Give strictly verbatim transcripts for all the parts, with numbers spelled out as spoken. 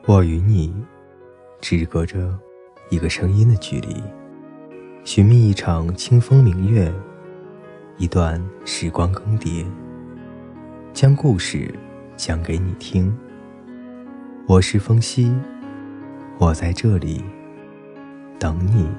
我与你只隔着一个声音的距离，寻觅一场清风明月，一段时光更迭，将故事讲给你听。我是风夕，我在这里等你。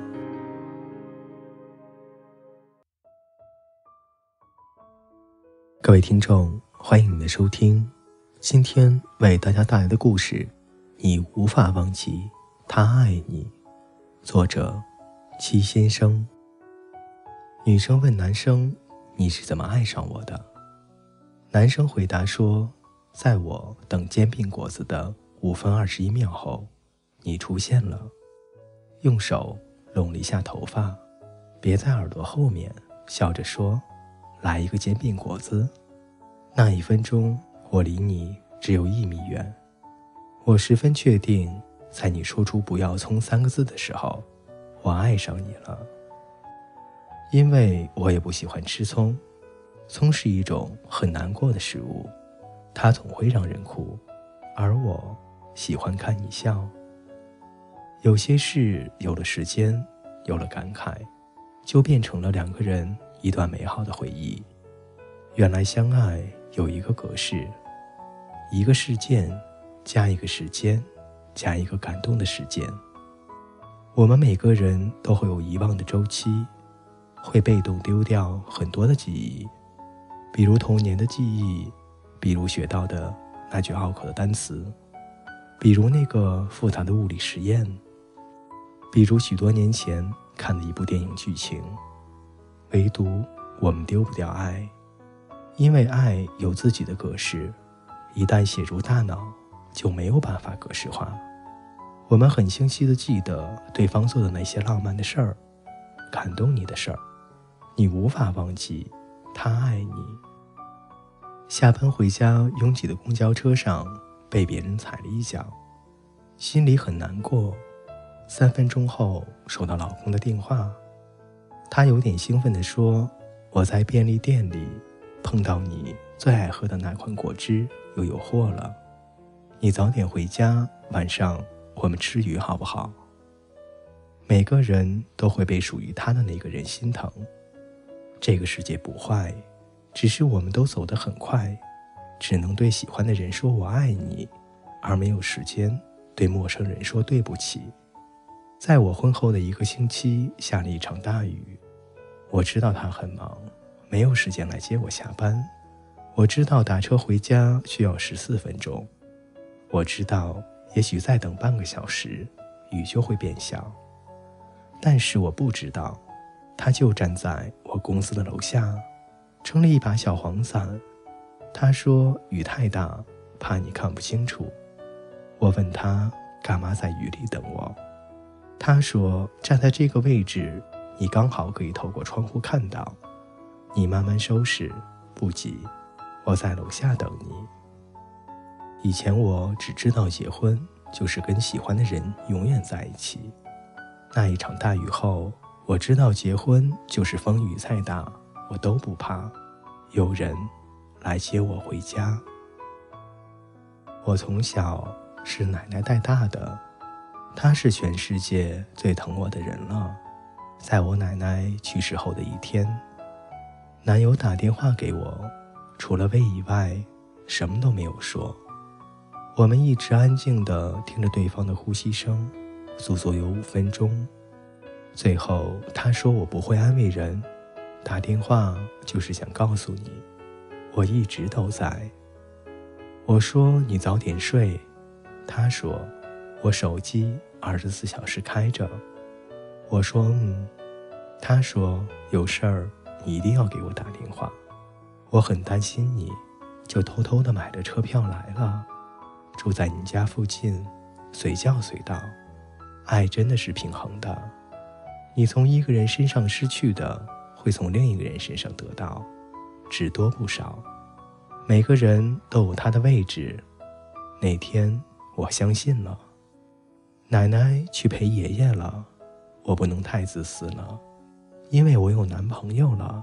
各位听众，欢迎你的收听。今天为大家带来的故事，你无法忘记他爱你。作者戚先生。女生问男生，你是怎么爱上我的？男生回答说，在我等煎饼果子的五分二十一秒后，你出现了，用手拢了一下头发，别在耳朵后面，笑着说，来一个煎饼果子。那一分钟，我离你只有一米远。我十分确定，在你说出不要葱三个字的时候，我爱上你了。因为我也不喜欢吃葱，葱是一种很难过的食物，它总会让人哭，而我喜欢看你笑。有些事有了时间，有了感慨，就变成了两个人一段美好的回忆。原来相爱有一个格式，一个事件加一个时间，加一个感动的事件。我们每个人都会有遗忘的周期，会被动丢掉很多的记忆，比如童年的记忆，比如学到的那句拗口的单词，比如那个复杂的物理实验，比如许多年前看的一部电影剧情。唯独我们丢不掉爱，因为爱有自己的格式，一旦写入大脑，就没有办法格式化。我们很清晰地记得对方做的那些浪漫的事儿，感动你的事儿，你无法忘记他爱你。下班回家拥挤的公交车上被别人踩了一脚，心里很难过。三分钟后收到老公的电话，他有点兴奋地说，我在便利店里碰到你最爱喝的那款果汁又有货了，你早点回家，晚上我们吃鱼好不好？每个人都会被属于他的那个人心疼。这个世界不坏，只是我们都走得很快，只能对喜欢的人说我爱你，而没有时间对陌生人说对不起。在我婚后的一个星期，下了一场大雨，我知道他很忙，没有时间来接我下班。我知道打车回家需要十四分钟，我知道也许再等半个小时，雨就会变小。但是我不知道，他就站在我公司的楼下，撑了一把小黄伞。他说雨太大，怕你看不清楚。我问他干嘛在雨里等我，他说站在这个位置，你刚好可以透过窗户看到。你慢慢收拾，不急，我在楼下等你。以前我只知道结婚就是跟喜欢的人永远在一起。那一场大雨后，我知道结婚就是风雨再大我都不怕，有人来接我回家。我从小是奶奶带大的，她是全世界最疼我的人了。在我奶奶去世后的一天，男友打电话给我，除了喂以外什么都没有说。我们一直安静地听着对方的呼吸声，足足有五分钟。最后他说我不会安慰人，打电话就是想告诉你，我一直都在。我说你早点睡，他说我手机二十四小时开着。我说嗯，他说有事儿你一定要给我打电话，我很担心你，就偷偷地买了车票来了，住在你家附近，随叫随到。爱真的是平衡的，你从一个人身上失去的，会从另一个人身上得到，只多不少。每个人都有他的位置。那天我相信了。奶奶去陪爷爷了，我不能太自私了，因为我有男朋友了。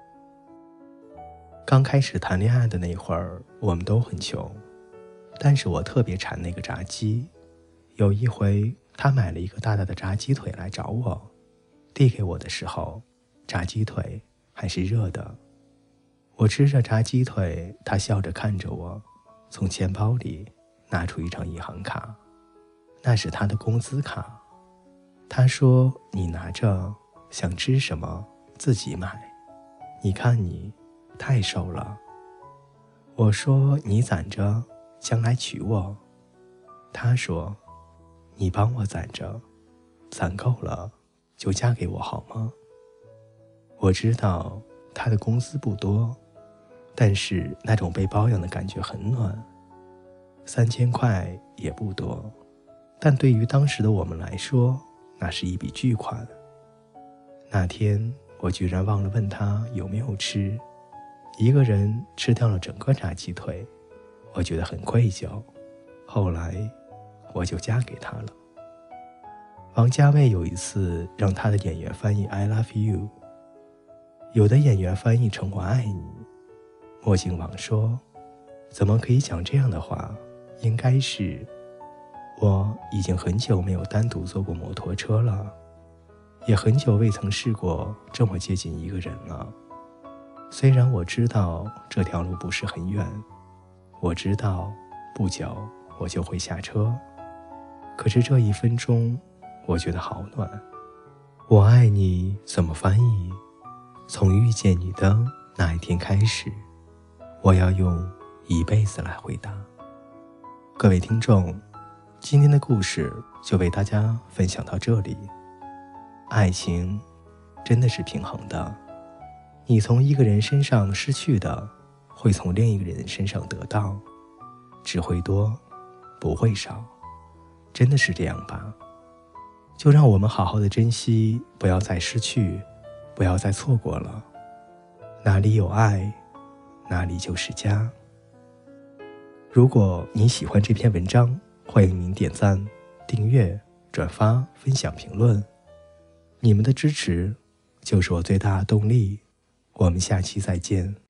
刚开始谈恋爱的那会儿，我们都很穷，但是我特别馋那个炸鸡， 有一回，他买了一个大大的炸鸡腿来找我，递给我的时候，炸鸡腿还是热的。我吃着炸鸡腿，他笑着看着我，从钱包里拿出一张银行卡，那是他的工资卡。他说：“你拿着，想吃什么自己买。你看你太瘦了。”我说：“你攒着，将来娶我。”他说：“你帮我攒着，攒够了就嫁给我好吗？”我知道他的工资不多，但是那种被包养的感觉很暖。三千块也不多，但对于当时的我们来说，那是一笔巨款。那天我居然忘了问他有没有吃，一个人吃掉了整个炸鸡腿，我觉得很愧疚。后来我就嫁给他了。王家卫有一次让他的演员翻译 I love you， 有的演员翻译成我爱你。莫靖王说：“怎么可以讲这样的话？应该是我已经很久没有单独坐过摩托车了，也很久未曾试过这么接近一个人了。虽然我知道这条路不是很远，我知道不久我就会下车，可是这一分钟我觉得好暖。我爱你怎么翻译？从遇见你的那一天开始，我要用一辈子来回答。”各位听众，今天的故事就为大家分享到这里。爱情真的是平衡的，你从一个人身上失去的，会从另一个人身上得到，只会多不会少，真的是这样吧？就让我们好好的珍惜，不要再失去，不要再错过了。哪里有爱，哪里就是家。如果你喜欢这篇文章，欢迎您点赞、订阅、转发、分享、评论。你们的支持就是我最大的动力。我们下期再见。